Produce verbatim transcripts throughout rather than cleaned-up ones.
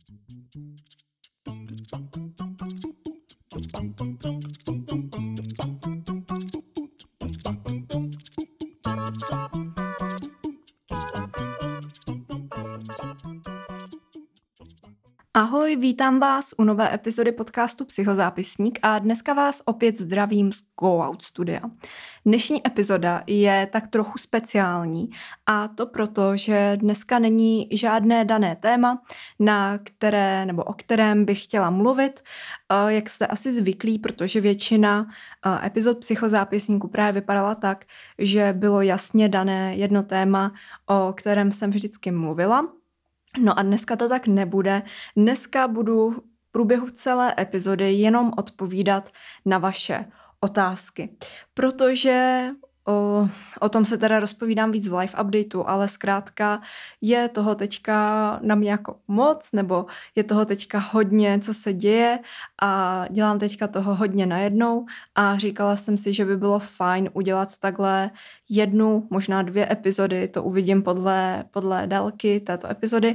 Ahoj, vítám vás u nové epizody podcastu Psychozápisník a dneska vás opět zdravím z Go Out studia. Dnešní epizoda je tak trochu speciální a to proto, že dneska není žádné dané téma, na které nebo o kterém bych chtěla mluvit, jak jste asi zvyklí, protože většina epizod Psychozápisníku právě vypadala tak, že bylo jasně dané jedno téma, o kterém jsem vždycky mluvila. No a dneska to tak nebude. Dneska budu v průběhu celé epizody jenom odpovídat na vaše otázky, protože o, o tom se teda rozpovídám víc v live updateu, ale zkrátka je toho teďka na mě jako moc, nebo je toho teďka hodně, co se děje a dělám teďka toho hodně najednou a říkala jsem si, že by bylo fajn udělat takhle jednu, možná dvě epizody, to uvidím podle, podle délky této epizody,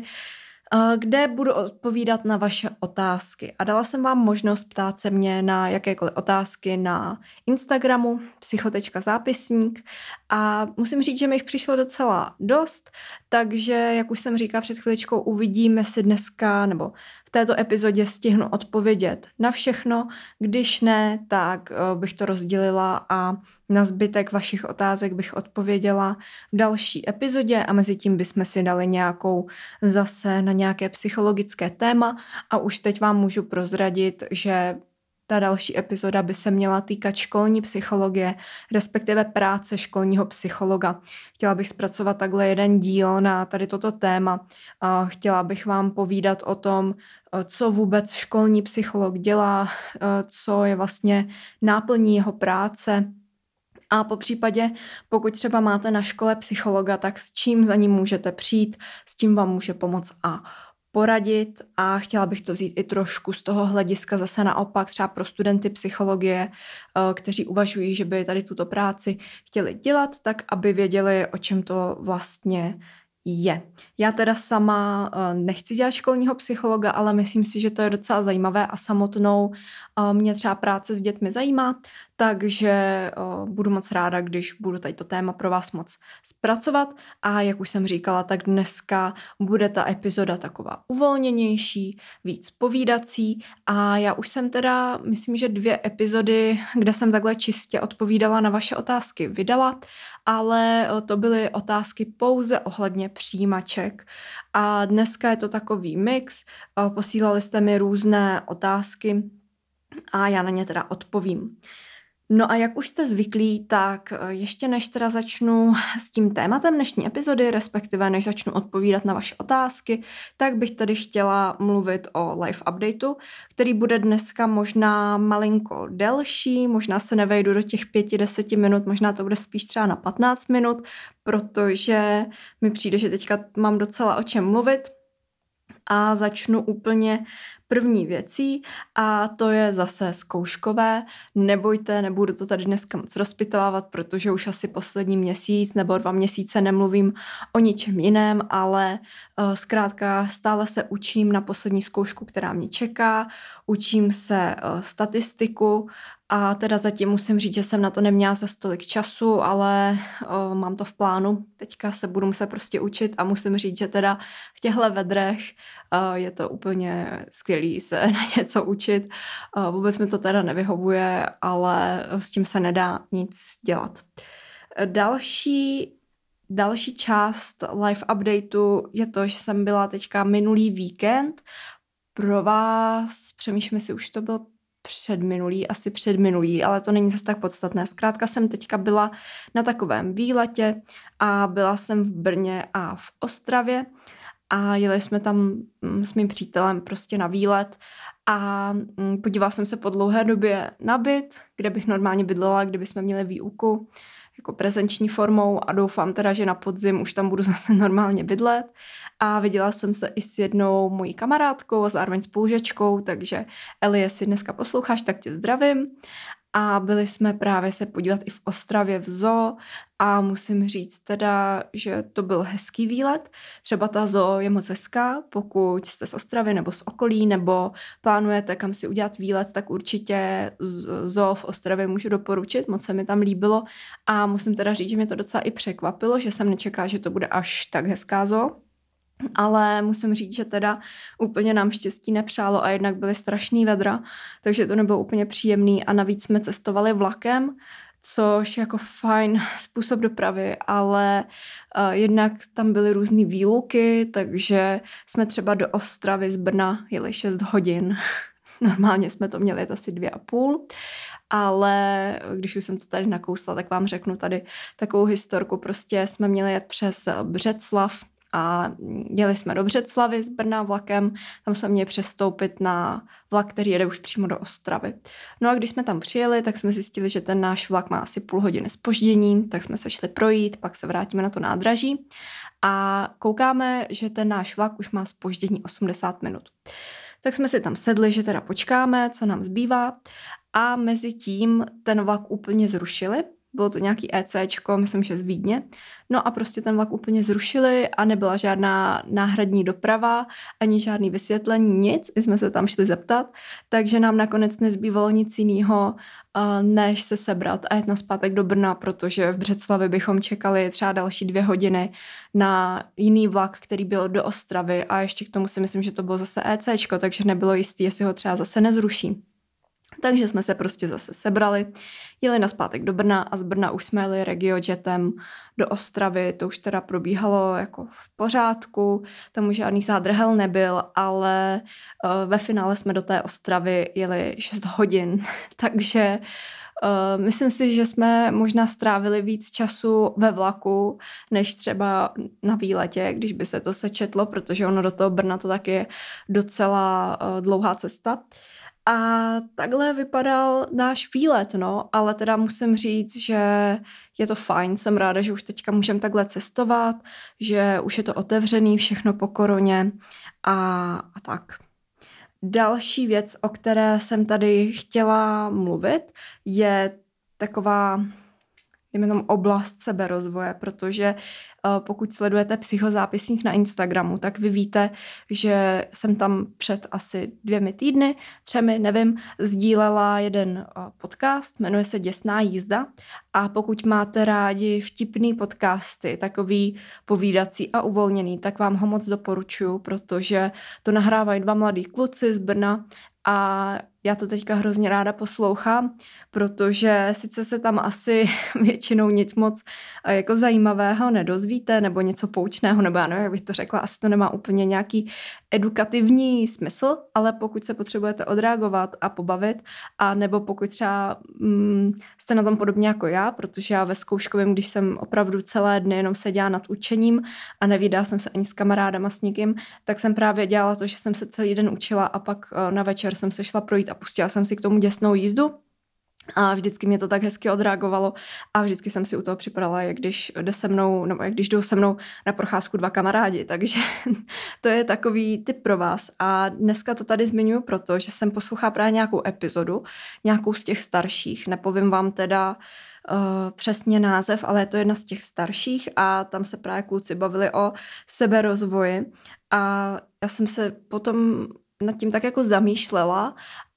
kde budu odpovídat na vaše otázky. A dala jsem vám možnost ptát se mě na jakékoliv otázky na Instagramu psycho tečka zápisník a musím říct, že mi jich přišlo docela dost, takže, jak už jsem říkala před chviličkou, uvidíme, jestli dneska nebo v této epizodě stihnu odpovědět na všechno. Když ne, tak bych to rozdělila a na zbytek vašich otázek bych odpověděla v další epizodě a mezi tím bychom si dali nějakou zase na nějaké psychologické téma a už teď vám můžu prozradit, že ta další epizoda by se měla týkat školní psychologie, respektive práce školního psychologa. Chtěla bych zpracovat takhle jeden díl na tady toto téma. Chtěla bych vám povídat o tom, co vůbec školní psycholog dělá, co je vlastně náplní jeho práce. A po případě, pokud třeba máte na škole psychologa, tak s čím za ním můžete přijít, s tím vám může pomoct a poradit a chtěla bych to vzít i trošku z toho hlediska zase naopak třeba pro studenty psychologie, kteří uvažují, že by tady tuto práci chtěli dělat, tak aby věděli, o čem to vlastně je. Já teda sama nechci dělat školního psychologa, ale myslím si, že to je docela zajímavé a samotnou mě třeba práce s dětmi zajímá, takže budu moc ráda, když budu tady to téma pro vás moc zpracovat a jak už jsem říkala, tak dneska bude ta epizoda taková uvolněnější, víc povídací a já už jsem teda, myslím, že dvě epizody, kde jsem takhle čistě odpovídala na vaše otázky, vydala, ale to byly otázky pouze ohledně přijímaček a dneska je to takový mix, posílali jste mi různé otázky a já na ně teda odpovím. No a jak už jste zvyklí, tak ještě než teda začnu s tím tématem dnešní epizody, respektive než začnu odpovídat na vaše otázky, tak bych tady chtěla mluvit o live updateu, který bude dneska možná malinko delší, možná se nevejdu do těch pěti, deseti minut, možná to bude spíš třeba na patnáct minut, protože mi přijde, že teďka mám docela o čem mluvit a začnu úplně první věcí a to je zase zkouškové. Nebojte, nebudu to tady dneska moc rozpitovávat, protože už asi poslední měsíc nebo dva měsíce nemluvím o ničem jiném, ale uh, zkrátka stále se učím na poslední zkoušku, která mě čeká, učím se uh, statistiku a teda zatím musím říct, že jsem na to neměla za tolik času, ale uh, mám to v plánu. Teďka se budu muset prostě učit a musím říct, že teda v těchto vedrech uh, je to úplně skvělý se na něco učit. Uh, vůbec mi to teda nevyhovuje, ale s tím se nedá nic dělat. Další Další část live updateu je to, že jsem byla teďka minulý víkend pro vás, přemýšlím si, už to byl předminulý, asi předminulý, ale to není zase tak podstatné. Zkrátka jsem teďka byla na takovém výletě a byla jsem v Brně a v Ostravě a jeli jsme tam s mým přítelem prostě na výlet a podívala jsem se po dlouhé době na byt, kde bych normálně bydlela, kde bychom měli výuku jako prezenční formou a doufám teda, že na podzim už tam budu zase normálně bydlet. A viděla jsem se i s jednou mojí kamarádkou a zároveň spolužačkou, takže Eli, jestli dneska posloucháš, tak tě zdravím. a byli jsme právě se podívat i v Ostravě v zoo a musím říct teda, že to byl hezký výlet. Třeba ta zoo je moc hezká, pokud jste z Ostravy nebo z okolí, nebo plánujete kam si udělat výlet, tak určitě zoo v Ostravě můžu doporučit, moc se mi tam líbilo a musím teda říct, že mě to docela i překvapilo, že jsem nečekala, že to bude až tak hezká zoo. Ale musím říct, že teda úplně nám štěstí nepřálo a jednak byly strašný vedra, takže to nebylo úplně příjemný a navíc jsme cestovali vlakem, což jako fajn způsob dopravy, ale uh, jednak tam byly různý výluky, takže jsme třeba do Ostravy z Brna jeli šest hodin. Normálně jsme to měli asi dvě a půl, ale když už jsem to tady nakousla, tak vám řeknu tady takovou historku. Prostě jsme měli jet přes Břeclav, a jeli jsme do Břeclavy z Brna vlakem, tam jsme měli přestoupit na vlak, který jede už přímo do Ostravy. No a když jsme tam přijeli, tak jsme zjistili, že ten náš vlak má asi půl hodiny zpoždění, tak jsme se šli projít, pak se vrátíme na to nádraží a koukáme, že ten náš vlak už má zpoždění osmdesát minut. Tak jsme si tam sedli, že teda počkáme, co nám zbývá a mezi tím ten vlak úplně zrušili. Bylo to nějaký ECčko, myslím, že z Vídně. No a prostě ten vlak úplně zrušili a nebyla žádná náhradní doprava, ani žádný vysvětlení, nic. I jsme se tam šli zeptat, takže nám nakonec nezbývalo nic jiného, než se sebrat a jet nazpátek do Brna, protože v Břeclavi bychom čekali třeba další dvě hodiny na jiný vlak, který byl do Ostravy a ještě k tomu si myslím, že to bylo zase ECčko, takže nebylo jistý, jestli ho třeba zase nezruší. Takže jsme se prostě zase sebrali, jeli nazpátek do Brna a z Brna už jsme jeli regiojetem do Ostravy, to už teda probíhalo jako v pořádku, tam už žádný zádrhel nebyl, ale uh, ve finále jsme do té Ostravy jeli šest hodin, takže uh, myslím si, že jsme možná strávili víc času ve vlaku, než třeba na výletě, když by se to sečetlo, protože ono do toho Brna to taky je docela uh, dlouhá cesta. A takhle vypadal náš výlet, no, ale teda musím říct, že je to fajn, jsem ráda, že už teďka můžeme takhle cestovat, že už je to otevřený, všechno po koroně a, a tak. Další věc, o které jsem tady chtěla mluvit, je taková, dejme tomu, oblast seberozvoje, protože pokud sledujete Psychozápisník na Instagramu, tak vy víte, že jsem tam před asi dvěmi týdny, třemi, nevím, sdílela jeden podcast, jmenuje se Děsná jízda a pokud máte rádi vtipný podcasty, takový povídací a uvolněný, tak vám ho moc doporučuji, protože to nahrávají dva mladí kluci z Brna a já to teďka hrozně ráda poslouchám, protože sice se tam asi většinou nic moc jako zajímavého nedozvíte, nebo něco poučného, nebo já nevím, jak bych to řekla, asi to nemá úplně nějaký edukativní smysl, ale pokud se potřebujete odreagovat a pobavit, a nebo pokud třeba mm, jste na tom podobně jako já, protože já ve zkouškovém, když jsem opravdu celé dny jenom seděla nad učením a nevídala jsem se ani s kamarádama s nikým, tak jsem právě dělala to, že jsem se celý den učila a pak na večer jsem se šla projít a pustila jsem si k tomu Děsnou jízdu. A vždycky mě to tak hezky odreagovalo a vždycky jsem si u toho připadala, jak když jde se mnou, nebo jak když jdou se mnou na procházku dva kamarádi, takže to je takový tip pro vás. A dneska to tady zmiňuji proto, že jsem poslouchala právě nějakou epizodu, nějakou z těch starších, nepovím vám teda uh, přesně název, ale je to jedna z těch starších a tam se právě kluci bavili o seberozvoji a já jsem se potom nad tím tak jako zamýšlela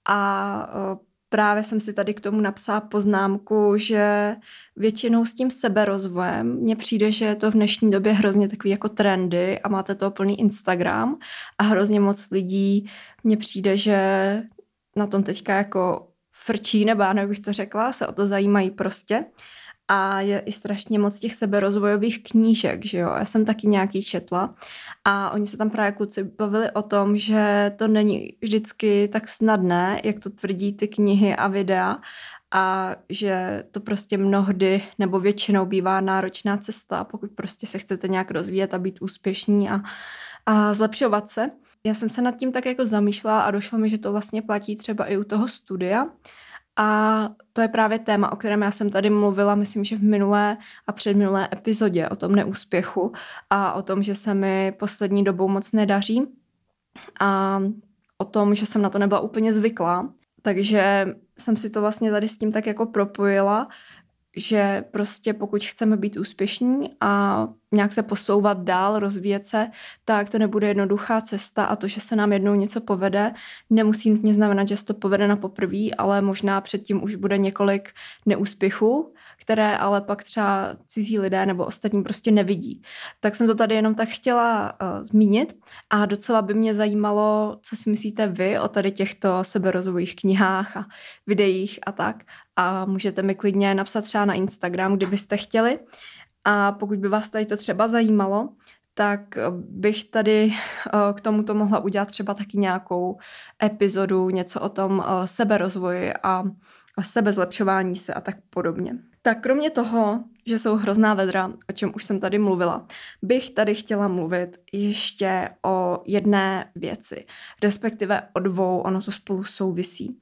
a uh, právě jsem si tady k tomu napsala poznámku, že většinou s tím seberozvojem mně přijde, že je to v dnešní době hrozně takový jako trendy a máte toho plný Instagram a hrozně moc lidí mně přijde, že na tom teďka jako frčí, nebo já nevím, bych to řekla, se o to zajímají prostě. A je i strašně moc těch seberozvojových knížek, že jo, já jsem taky nějaký četla a oni se tam právě kluci bavili o tom, že to není vždycky tak snadné, jak to tvrdí ty knihy a videa a že to prostě mnohdy nebo většinou bývá náročná cesta, pokud prostě se chcete nějak rozvíjet a být úspěšní a, a zlepšovat se. Já jsem se nad tím tak jako zamýšlela a došlo mi, že to vlastně platí třeba i u toho studia. A to je právě téma, o kterém já jsem tady mluvila, myslím, že v minulé a předminulé epizodě o tom neúspěchu a o tom, že se mi poslední dobou moc nedaří a o tom, že jsem na to nebyla úplně zvyklá. Takže jsem si to vlastně tady s tím tak jako propojila, že prostě pokud chceme být úspěšní a nějak se posouvat dál, rozvíjet se, tak to nebude jednoduchá cesta a to, že se nám jednou něco povede, nemusí nutně znamenat, že se to povede na poprví, ale možná předtím už bude několik neúspěchů, které ale pak třeba cizí lidé nebo ostatní prostě nevidí. Tak jsem to tady jenom tak chtěla uh, zmínit a docela by mě zajímalo, co si myslíte vy o tady těchto seberozvojových knihách a videích a tak. A můžete mi klidně napsat třeba na Instagram, kdybyste chtěli. A pokud by vás tady to třeba zajímalo, tak bych tady k tomuto mohla udělat třeba taky nějakou epizodu, něco o tom seberozvoji a sebezlepšování se a tak podobně. Tak kromě toho, že jsou hrozná vedra, o čem už jsem tady mluvila, bych tady chtěla mluvit ještě o jedné věci, respektive o dvou, ono to spolu souvisí.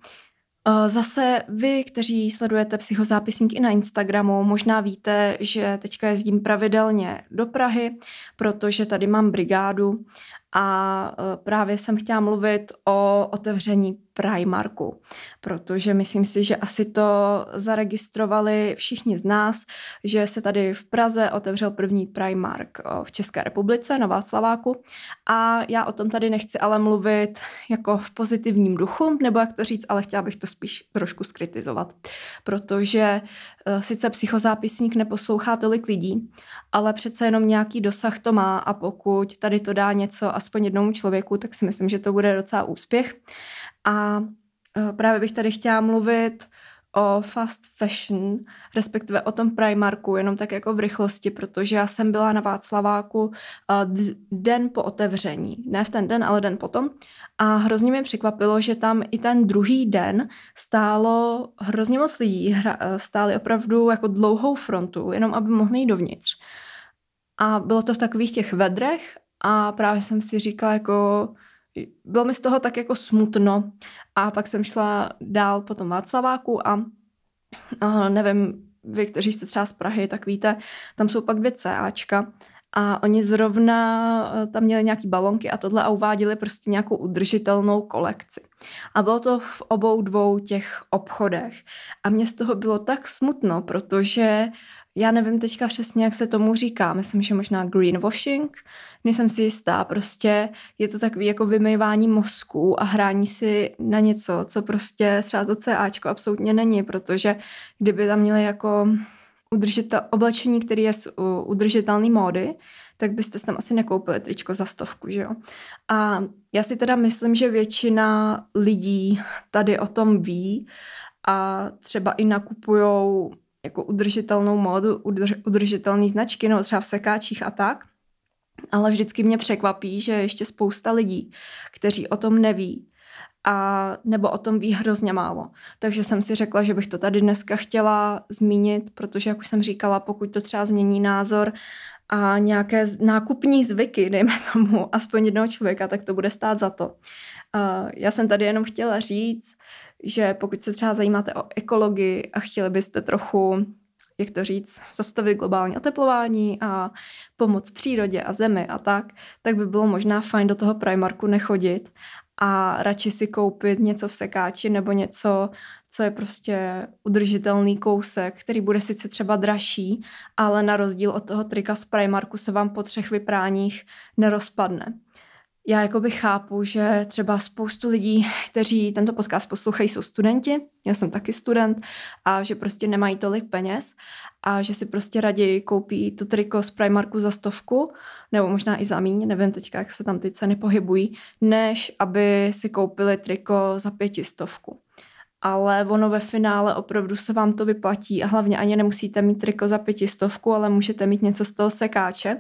Zase vy, kteří sledujete Psychozápisník i na Instagramu, možná víte, že teďka jezdím pravidelně do Prahy, protože tady mám brigádu a právě jsem chtěla mluvit o otevření Primarku, protože myslím si, že asi to zaregistrovali všichni z nás, že se tady v Praze otevřel první Primark v České republice na Václaváku a já o tom tady nechci ale mluvit jako v pozitivním duchu, nebo jak to říct, ale chtěla bych to spíš trošku skritizovat, protože sice Psychozápisník neposlouchá tolik lidí, ale přece jenom nějaký dosah to má a pokud tady to dá něco aspoň jednomu člověku, tak si myslím, že to bude docela úspěch. A právě bych tady chtěla mluvit o fast fashion, respektive o tom Primarku, jenom tak jako v rychlosti, protože já jsem byla na Václaváku den po otevření. Ne v ten den, ale den potom. A hrozně mě překvapilo, že tam i ten druhý den stálo hrozně moc lidí, stáli opravdu jako dlouhou frontu, jenom aby mohli jít dovnitř. A bylo to v takových těch vedrech a právě jsem si říkala jako... Bylo mi z toho tak jako smutno a pak jsem šla dál po tom Václaváku a, a nevím, vy, kteří jste třeba z Prahy, tak víte, tam jsou pak dvě CAčka a oni zrovna tam měli nějaký balonky a tohle a uváděli prostě nějakou udržitelnou kolekci. A bylo to v obou dvou těch obchodech a mně z toho bylo tak smutno, protože já nevím teďka přesně, jak se tomu říká. Myslím, že možná greenwashing. Nejsem si jistá. Prostě je to takový jako vymývání mozku a hrání si na něco, co prostě třeba to CAčko absolutně není, protože kdyby tam měli jako udržitel, oblečení, který je z udržitelný módy, tak byste tam asi nekoupili tričko za stovku, že jo? A já si teda myslím, že většina lidí tady o tom ví a třeba i nakupujou jako udržitelnou módu, udrž, udržitelný značky, no třeba v sekáčích a tak. Ale vždycky mě překvapí, že je ještě spousta lidí, kteří o tom neví a nebo o tom ví hrozně málo. Takže jsem si řekla, že bych to tady dneska chtěla zmínit, protože jak už jsem říkala, pokud to třeba změní názor a nějaké nákupní zvyky, dejme tomu aspoň jednoho člověka, tak to bude stát za to. Já jsem tady jenom chtěla říct, že pokud se třeba zajímáte o ekologii a chtěli byste trochu, jak to říct, zastavit globální oteplování a pomoct přírodě a zemi a tak, tak by bylo možná fajn do toho Primarku nechodit a radši si koupit něco v sekáči nebo něco, co je prostě udržitelný kousek, který bude sice třeba dražší, ale na rozdíl od toho trika z Primarku se vám po třech vypráních nerozpadne. Já jakoby chápu, že třeba spoustu lidí, kteří tento podcast poslouchají, jsou studenti, já jsem taky student, a že prostě nemají tolik peněz a že si prostě raději koupí to triko z Primarku za stovku, nebo možná i za míň, nevím teďka, jak se tam ty ceny pohybují, než aby si koupili triko za pětistovku. Ale ono ve finále opravdu se vám to vyplatí a hlavně ani nemusíte mít triko za pětistovku, ale můžete mít něco z toho sekáče.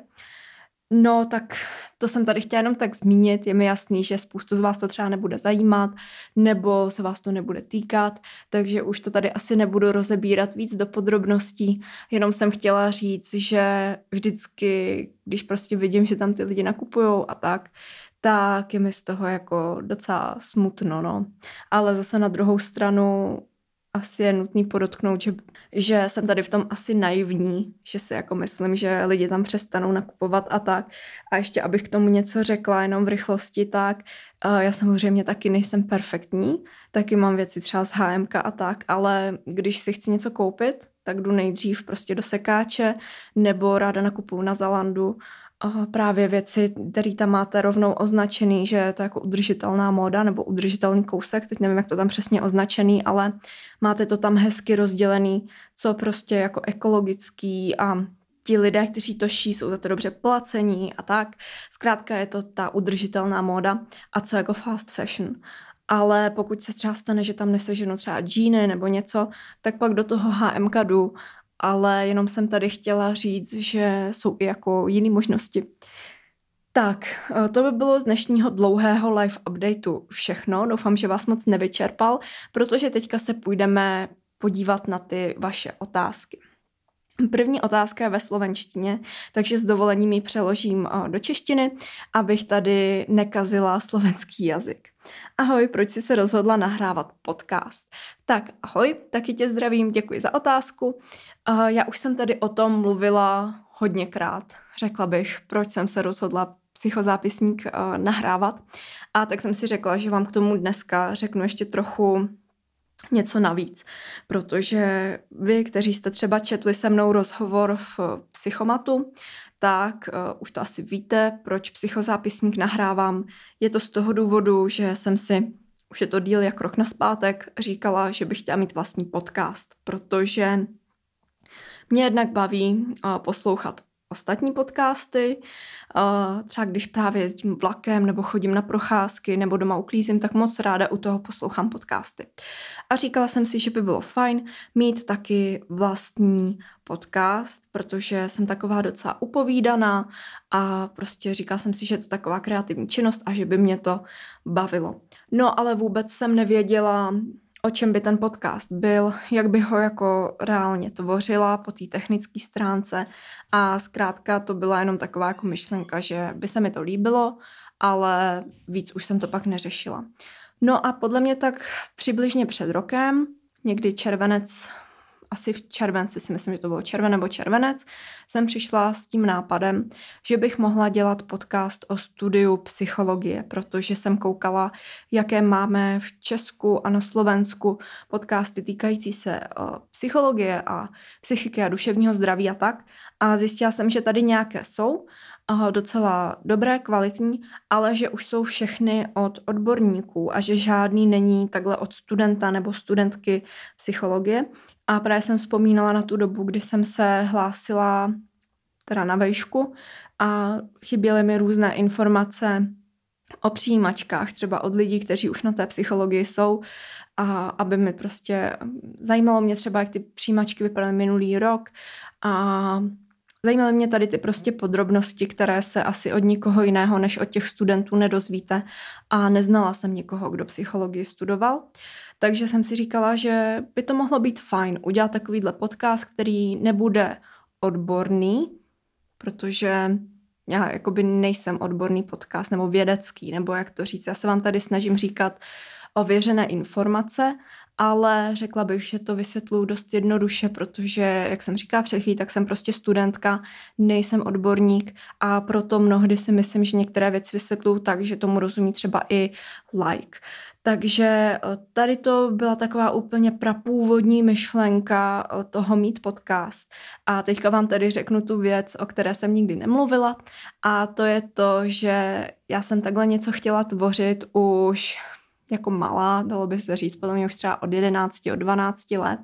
No tak to jsem tady chtěla jenom tak zmínit, je mi jasný, že spoustu z vás to třeba nebude zajímat, nebo se vás to nebude týkat, takže už to tady asi nebudu rozebírat víc do podrobností, jenom jsem chtěla říct, že vždycky, když prostě vidím, že tam ty lidi nakupujou a tak, tak je mi z toho jako docela smutno, no. Ale zase na druhou stranu asi je nutný podotknout, že, že jsem tady v tom asi naivní, že si jako myslím, že lidi tam přestanou nakupovat a tak. A ještě abych k tomu něco řekla jenom v rychlosti, tak uh, já samozřejmě taky nejsem perfektní, taky mám věci třeba z há em ká a tak, ale když si chci něco koupit, tak jdu nejdřív prostě do sekáče nebo ráda nakupuju na Zalandu uh, právě věci, které tam máte rovnou označený, že je to jako udržitelná móda nebo udržitelný kousek, teď nevím, jak to tam přesně označený, ale máte to tam hezky rozdělený, co prostě jako ekologický a ti lidé, kteří to ší, jsou za to dobře placení a tak. Zkrátka je to ta udržitelná móda a co jako fast fashion. Ale pokud se třeba stane, že tam neseženu třeba džíny nebo něco, tak pak do toho há em ká jdu, ale jenom jsem tady chtěla říct, že jsou i jako jiné možnosti. Tak, to by bylo z dnešního dlouhého live updateu všechno. Doufám, že vás moc nevyčerpal, protože teďka se půjdeme podívat na ty vaše otázky. První otázka je ve slovenštině, takže s dovolením ji přeložím do češtiny, abych tady nekazila slovenský jazyk. Ahoj, proč jsi se rozhodla nahrávat podcast? Tak ahoj, taky tě zdravím, děkuji za otázku. Já už jsem tady o tom mluvila hodněkrát, řekla bych, proč jsem se rozhodla psychozápisník nahrávat. A tak jsem si řekla, že vám k tomu dneska řeknu ještě trochu něco navíc, protože vy, kteří jste třeba četli se mnou rozhovor v Psychomatu, tak uh, už to asi víte, proč psychozápisník nahrávám. Je to z toho důvodu, že jsem si, už je to díl jak rok nazpátek, říkala, že bych chtěla mít vlastní podcast, protože mě jednak baví uh, poslouchat ostatní podcasty, uh, třeba když právě jezdím vlakem nebo chodím na procházky nebo doma uklízím, tak moc ráda u toho poslouchám podcasty. A říkala jsem si, že by bylo fajn mít taky vlastní podcast, protože jsem taková docela upovídaná a prostě říkala jsem si, že je to taková kreativní činnost a že by mě to bavilo. No ale vůbec jsem nevěděla, o čem by ten podcast byl, jak by ho jako reálně tvořila po té technické stránce a zkrátka to byla jenom taková jako myšlenka, že by se mi to líbilo, ale víc už jsem to pak neřešila. No a podle mě tak přibližně před rokem, někdy červenec, asi v červenci si myslím, že to bylo červen nebo červenec, jsem přišla s tím nápadem, že bych mohla dělat podcast o studiu psychologie, protože jsem koukala, jaké máme v Česku a na Slovensku podcasty týkající se o, psychologie a psychiky a duševního zdraví a tak. A zjistila jsem, že tady nějaké jsou, o, docela dobré, kvalitní, ale že už jsou všechny od odborníků a že žádný není takhle od studenta nebo studentky psychologie. A právě jsem vzpomínala na tu dobu, kdy jsem se hlásila teda na vejšku a chyběly mi různé informace o přijímačkách, třeba od lidí, kteří už na té psychologii jsou, a aby mi prostě zajímalo mě třeba, jak ty přijímačky vypadaly minulý rok a zajímaly mě tady ty prostě podrobnosti, které se asi od nikoho jiného než od těch studentů nedozvíte a neznala jsem někoho, kdo psychologii studoval. Takže jsem si říkala, že by to mohlo být fajn udělat takovýhle podcast, který nebude odborný, protože já jakoby nejsem odborný podcast nebo vědecký, nebo jak to říct. Já se vám tady snažím říkat ověřené informace, ale řekla bych, že to vysvětluji dost jednoduše, protože, jak jsem říkala před chvílí, tak jsem prostě studentka, nejsem odborník a proto mnohdy si myslím, že některé věci vysvětluji tak, že tomu rozumí třeba i like. Takže tady to byla taková úplně prapůvodní myšlenka toho mít podcast. A teďka vám tady řeknu tu věc, o které jsem nikdy nemluvila. A to je to, že já jsem takhle něco chtěla tvořit už jako malá, dalo by se říct, podle mě už třeba od jedenácti, od dvanácti let,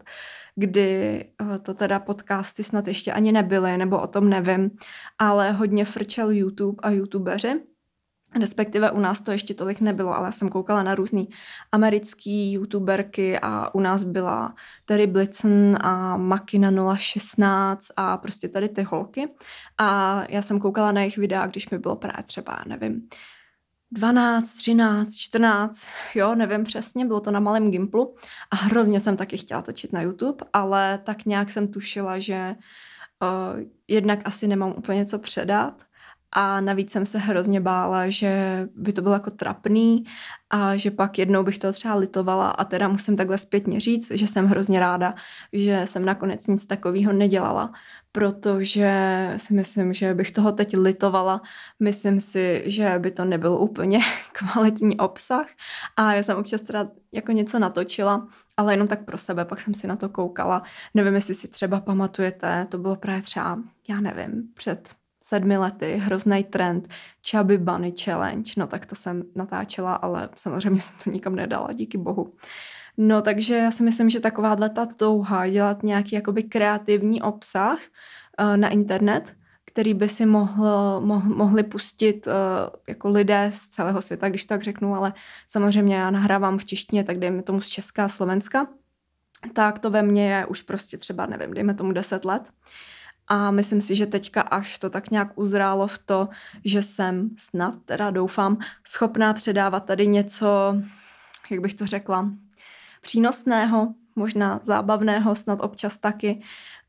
kdy to teda podcasty snad ještě ani nebyly, nebo o tom nevím, ale hodně frčel YouTube a youtubeři. Respektive u nás to ještě tolik nebylo, ale já jsem koukala na různý americký youtuberky a u nás byla Terry Blitzen a Makina nula šestnáct a prostě tady ty holky. A já jsem koukala na jejich videa, když mi bylo právě třeba, nevím, dvanáct, třináct, čtrnáct, jo, nevím přesně, bylo to na malém Gimplu a hrozně jsem taky chtěla točit na YouTube, ale tak nějak jsem tušila, že uh, jednak asi nemám úplně co předat a navíc jsem se hrozně bála, že by to bylo jako trapný a že pak jednou bych to třeba litovala a teda musím takhle zpětně říct, že jsem hrozně ráda, že jsem nakonec nic takového nedělala, protože si myslím, že bych toho teď litovala. Myslím si, že by to nebyl úplně kvalitní obsah a já jsem občas teda jako něco natočila, ale jenom tak pro sebe, pak jsem si na to koukala. Nevím, jestli si třeba pamatujete, to bylo právě třeba, já nevím, před sedmi lety, hrozný trend, Chubby Bunny Challenge, no tak to jsem natáčela, ale samozřejmě jsem to nikam nedala, díky bohu. No takže já si myslím, že takováhle ta touha dělat nějaký jakoby kreativní obsah uh, na internet, který by si mohl, moh, mohli pustit uh, jako lidé z celého světa, když to tak řeknu, ale samozřejmě já nahrávám v češtině, tak dejme tomu z Česka a Slovenska, tak to ve mně je už prostě třeba, nevím, dejme tomu deset let. A myslím si, že teďka až to tak nějak uzrálo v to, že jsem snad, teda doufám, schopná předávat tady něco, jak bych to řekla, přínosného, možná zábavného, snad občas taky.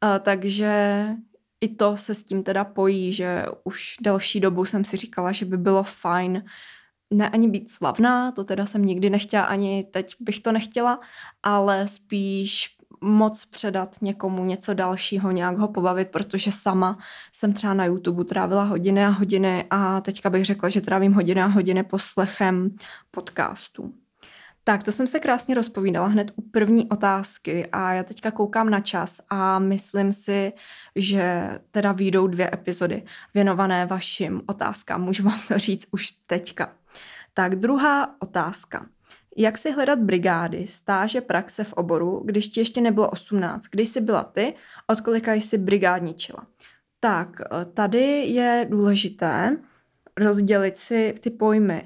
Takže i to se s tím teda pojí, že už delší dobu jsem si říkala, že by bylo fajn ne ani být slavná, to teda jsem nikdy nechtěla, ani teď bych to nechtěla, ale spíš moc předat někomu něco dalšího, nějak ho pobavit, protože sama jsem třeba na YouTube trávila hodiny a hodiny a teďka bych řekla, že trávím hodiny a hodiny poslechem podcastu. Tak, to jsem se krásně rozpovídala hned u první otázky a já teďka koukám na čas a myslím si, že teda vyjdou dvě epizody věnované vašim otázkám. Můžu vám to říct už teďka. Tak, druhá otázka. Jak si hledat brigády, stáže, praxe v oboru, když ti ještě nebylo osmnáct? Když jsi byla ty, od kolika jsi brigádničila? Tak, tady je důležité rozdělit si ty pojmy,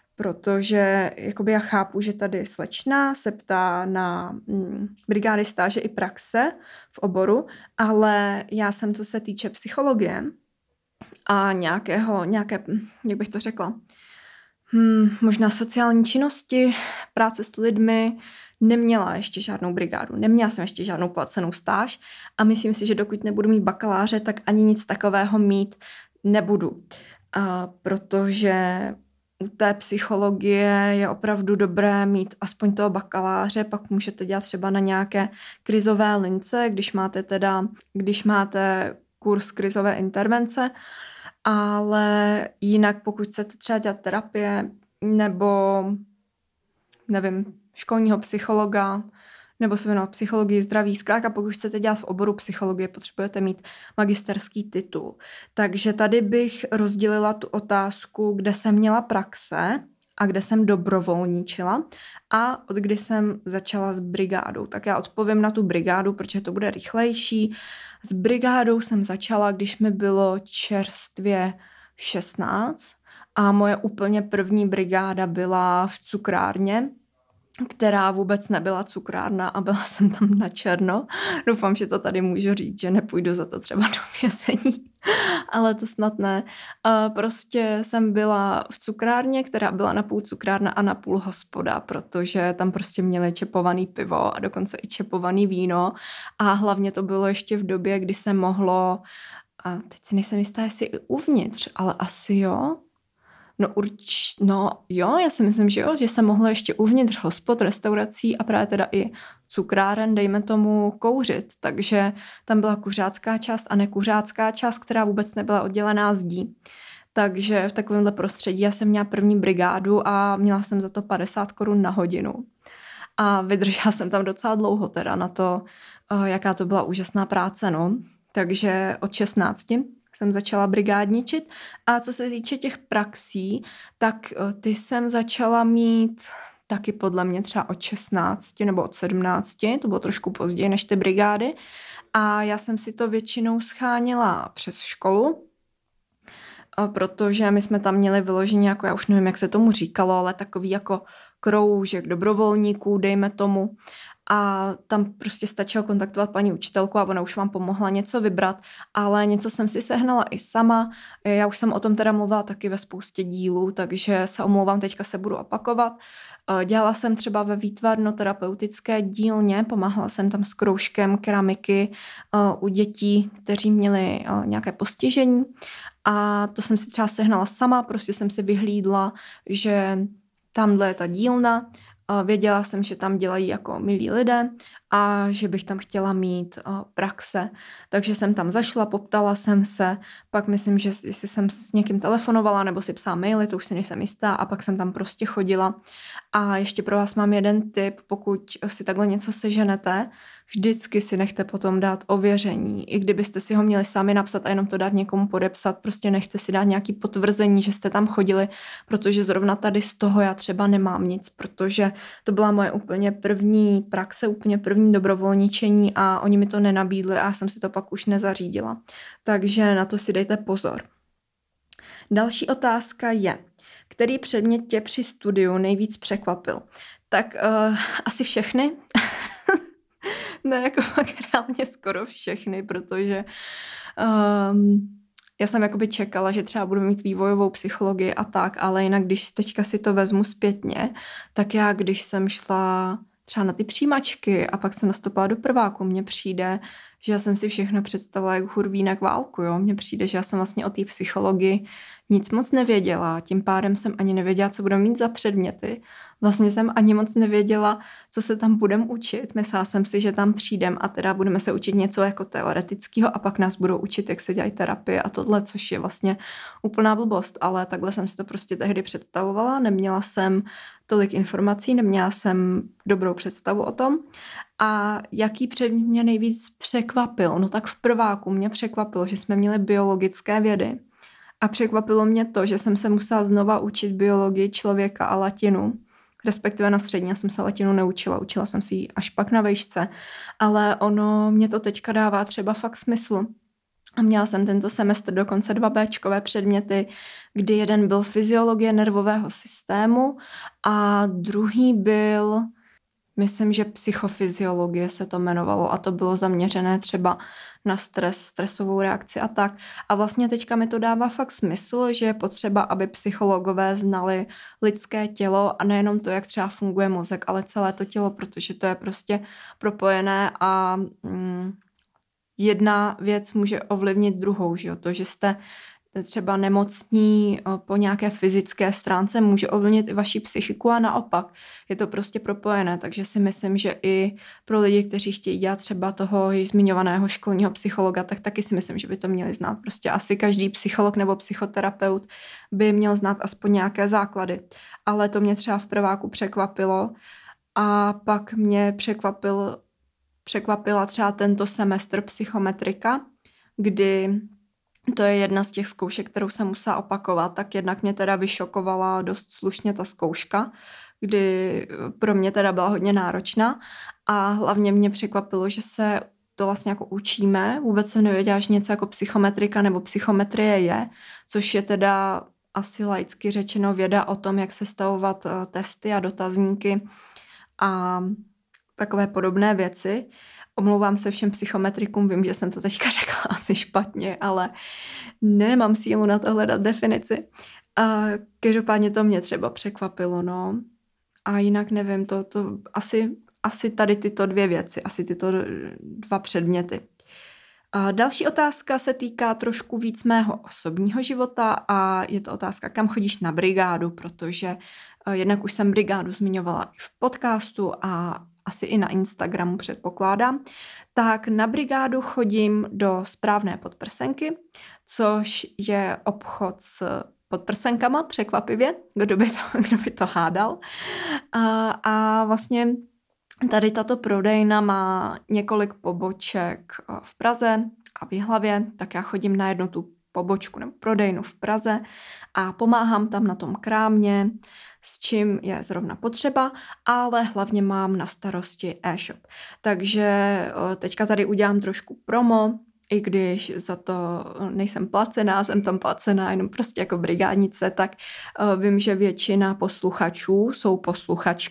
protože jakoby já chápu, že tady slečna se ptá na mm, brigády, stáže i praxe v oboru, ale já jsem, co se týče psychologie a nějakého, nějaké, jak bych to řekla, Hmm, možná sociální činnosti, práce s lidmi, neměla ještě žádnou brigádu, neměla jsem ještě žádnou placenou stáž a myslím si, že dokud nebudu mít bakaláře, tak ani nic takového mít nebudu, a protože u té psychologie je opravdu dobré mít aspoň toho bakaláře, pak můžete dělat třeba na nějaké krizové lince, když máte teda, když máte kurz krizové intervence, ale jinak pokud chcete třeba dělat terapie nebo nevím, školního psychologa nebo se věnovat psychologii zdraví, zkrátka pokud chcete dělat v oboru psychologie, potřebujete mít magisterský titul. Takže tady bych rozdělila tu otázku, kde jsem měla praxe a kde jsem dobrovolničila a od kdy jsem začala s brigádou. Tak já odpovím na tu brigádu, protože to bude rychlejší. S brigádou jsem začala, když mi bylo čerstvě šestnáct a moje úplně první brigáda byla v cukrárně, která vůbec nebyla cukrárna a byla jsem tam na černo. Doufám, že to tady můžu říct, že nepůjdu za to třeba do vězení, ale to snad ne. Prostě jsem byla v cukrárně, která byla napůl cukrárna a napůl hospoda, protože tam prostě měli čepovaný pivo a dokonce i čepovaný víno a hlavně to bylo ještě v době, kdy se mohlo, a teď si nejsem jistá, jestli i uvnitř, ale asi jo, No urč, no jo, já si myslím, že jo, že se mohlo ještě uvnitř hospod, restaurací a právě teda i cukráren, dejme tomu, kouřit. Takže tam byla kuřácká část a nekuřácká část, která vůbec nebyla oddělená zdí. Takže v takovémhle prostředí já jsem měla první brigádu a měla jsem za to padesát korun na hodinu. A vydržela jsem tam docela dlouho teda na to, jaká to byla úžasná práce, no. Takže od šestnácti jsem začala brigádničit a co se týče těch praxí, tak ty jsem začala mít taky podle mě třeba od šestnácti nebo od sedmnácti, to bylo trošku později než ty brigády a já jsem si to většinou scháněla přes školu, protože my jsme tam měli vyloženě, jako já už nevím, jak se tomu říkalo, ale takový jako kroužek dobrovolníků, dejme tomu. a tam prostě stačilo kontaktovat paní učitelku a ona už vám pomohla něco vybrat, ale něco jsem si sehnala i sama. Já už jsem o tom teda mluvila taky ve spoustě dílů, takže se omlouvám, teďka se budu opakovat. Dělala jsem třeba ve výtvarno-terapeutické dílně, pomáhala jsem tam s kroužkem keramiky u dětí, kteří měli nějaké postižení a to jsem si třeba sehnala sama, prostě jsem si vyhlídla, že tamhle je ta dílna, věděla jsem, že tam dělají jako milí lidé a že bych tam chtěla mít praxe. Takže jsem tam zašla, poptala jsem se, pak myslím, že jestli jsem s někým telefonovala nebo si psala maily, to už si nejsem jistá a pak jsem tam prostě chodila. A ještě pro vás mám jeden tip, pokud si takhle něco seženete, vždycky si nechte potom dát ověření. I kdybyste si ho měli sami napsat a jenom to dát někomu podepsat, prostě nechte si dát nějaký potvrzení, že jste tam chodili, protože zrovna tady z toho já třeba nemám nic, protože to byla moje úplně první praxe, úplně první dobrovolničení a oni mi to nenabídli a já jsem si to pak už nezařídila. Takže na to si dejte pozor. Další otázka je, který předmět tě při studiu nejvíc překvapil? Tak uh, asi všechny. Ne, jako fakt reálně skoro všechny, protože um, já jsem jakoby čekala, že třeba budu mít vývojovou psychologii a tak, ale jinak, když teďka si to vezmu zpětně, tak já, když jsem šla třeba na ty přijímačky a pak jsem nastoupila do prváku, mně přijde, že já jsem si všechno představila jak hurvínek válku, jo. Mně přijde, že já jsem vlastně o té psychologii nic moc nevěděla, tím pádem jsem ani nevěděla, co budeme mít za předměty. Vlastně jsem ani moc nevěděla, co se tam budeme učit. Myslela jsem si, že tam přijdem a teda budeme se učit něco jako teoretického a pak nás budou učit, jak se dělají terapie a tohle, což je vlastně úplná blbost, ale takhle jsem si to prostě tehdy představovala. Neměla jsem tolik informací, neměla jsem dobrou představu o tom. A jaký předmět mě nejvíc překvapil? No tak v prváku mě překvapilo, že jsme měli biologické vědy. A překvapilo mě to, že jsem se musela znova učit biologii člověka a latinu. Respektive na střední, já jsem se latinu neučila, učila jsem si ji až pak na vejšce. Ale ono mě to teďka dává třeba fakt smysl. A měla jsem tento semestr dokonce dva béčkové předměty, kdy jeden byl fyziologie nervového systému a druhý byl... Myslím, že psychofyziologie se to jmenovalo a to bylo zaměřené třeba na stres, stresovou reakci a tak. A vlastně teďka mi to dává fakt smysl, že je potřeba, aby psychologové znali lidské tělo a nejenom to, jak třeba funguje mozek, ale celé to tělo, protože to je prostě propojené a mm, jedna věc může ovlivnit druhou, že jo? To, že jste třeba nemocní po nějaké fyzické stránce může ovlivnit i vaši psychiku a naopak. Je to prostě propojené, takže si myslím, že i pro lidi, kteří chtějí dělat třeba toho již zmiňovaného školního psychologa, tak taky si myslím, že by to měli znát. Prostě asi každý psycholog nebo psychoterapeut by měl znát aspoň nějaké základy. Ale to mě třeba v prváku překvapilo a pak mě překvapil, překvapila třeba tento semestr psychometrika, kdy to je jedna z těch zkoušek, kterou jsem musela opakovat, tak jednak mě teda vyšokovala dost slušně ta zkouška, kdy pro mě teda byla hodně náročná a hlavně mě překvapilo, že se to vlastně jako učíme. Vůbec jsem nevěděla, že něco jako psychometrika nebo psychometrie je, což je teda asi laicky řečeno věda o tom, jak sestavovat testy a dotazníky a takové podobné věci. Omlouvám se všem psychometrikům, vím, že jsem to teďka řekla asi špatně, ale nemám sílu na to hledat definici. A každopádně to mě třeba překvapilo, no. A jinak nevím, to, to asi, asi tady tyto dvě věci, asi tyto dva předměty. A další otázka se týká trošku víc mého osobního života a je to otázka, kam chodíš na brigádu, protože jednak už jsem brigádu zmiňovala i v podcastu a asi i na Instagramu předpokládám, tak na brigádu chodím do Správné podprsenky, což je obchod s podprsenkama, překvapivě, kdo by to, kdo by to hádal. A, a vlastně tady tato prodejna má několik poboček v Praze a v Jihlavě, tak já chodím na jednu tu pobočku nebo prodejnu v Praze a pomáhám tam na tom krámě, s čím je zrovna potřeba, ale hlavně mám na starosti e-shop. Takže teďka tady udělám trošku promo, i když za to nejsem placená, jsem tam placená jenom prostě jako brigádnice, tak vím, že většina posluchačů jsou posluchačky,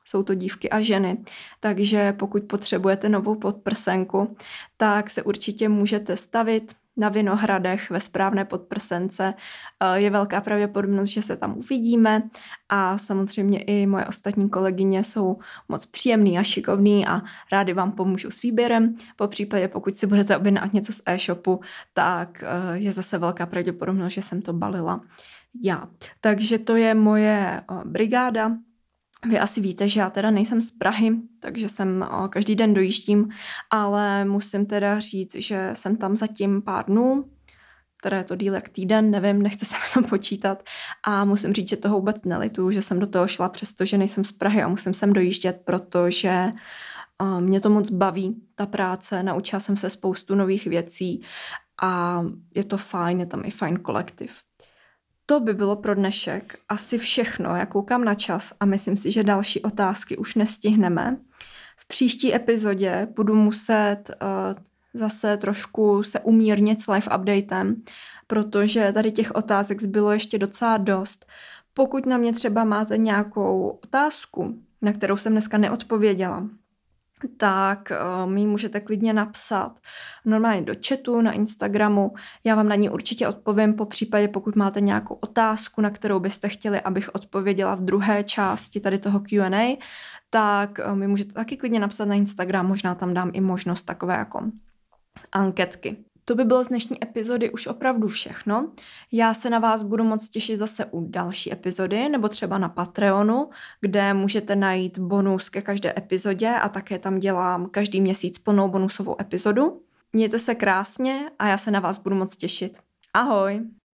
jsou to dívky a ženy, takže pokud potřebujete novou podprsenku, tak se určitě můžete stavit na Vinohradech ve správné podprsence. Je velká pravděpodobnost, že se tam uvidíme a samozřejmě i moje ostatní kolegyně jsou moc příjemný a šikovný a rádi vám pomůžou s výběrem. Po případě, pokud si budete objednat něco z e-shopu, tak je zase velká pravděpodobnost, že jsem to balila já. Takže to je moje brigáda. Vy asi víte, že já teda nejsem z Prahy, takže jsem každý den dojíždím, ale musím teda říct, že jsem tam zatím pár dnů, teda je to díl jak týden, nevím, nechce se mi to počítat a musím říct, že toho vůbec nelituju, že jsem do toho šla, přestože nejsem z Prahy a musím sem dojíždět, protože mě to moc baví, ta práce, naučila jsem se spoustu nových věcí a je to fajn, je tam i fajn kolektiv. To by bylo pro dnešek asi všechno. Já koukám na čas a myslím si, že další otázky už nestihneme. V příští epizodě budu muset uh, zase trošku se umírnit s live updatem, protože tady těch otázek zbylo ještě docela dost. Pokud na mě třeba máte nějakou otázku, na kterou jsem dneska neodpověděla, tak uh, mi můžete klidně napsat normálně do chatu, na Instagramu. Já vám na ní určitě odpovím, po případě pokud máte nějakou otázku, na kterou byste chtěli, abych odpověděla v druhé části tady toho Q and A, tak uh, mi můžete taky klidně napsat na Instagram, možná tam dám i možnost takové jako anketky. To by bylo z dnešní epizody už opravdu všechno. Já se na vás budu moc těšit zase u další epizody, nebo třeba na Patreonu, kde můžete najít bonus ke každé epizodě a také tam dělám každý měsíc plnou bonusovou epizodu. Mějte se krásně a já se na vás budu moc těšit. Ahoj!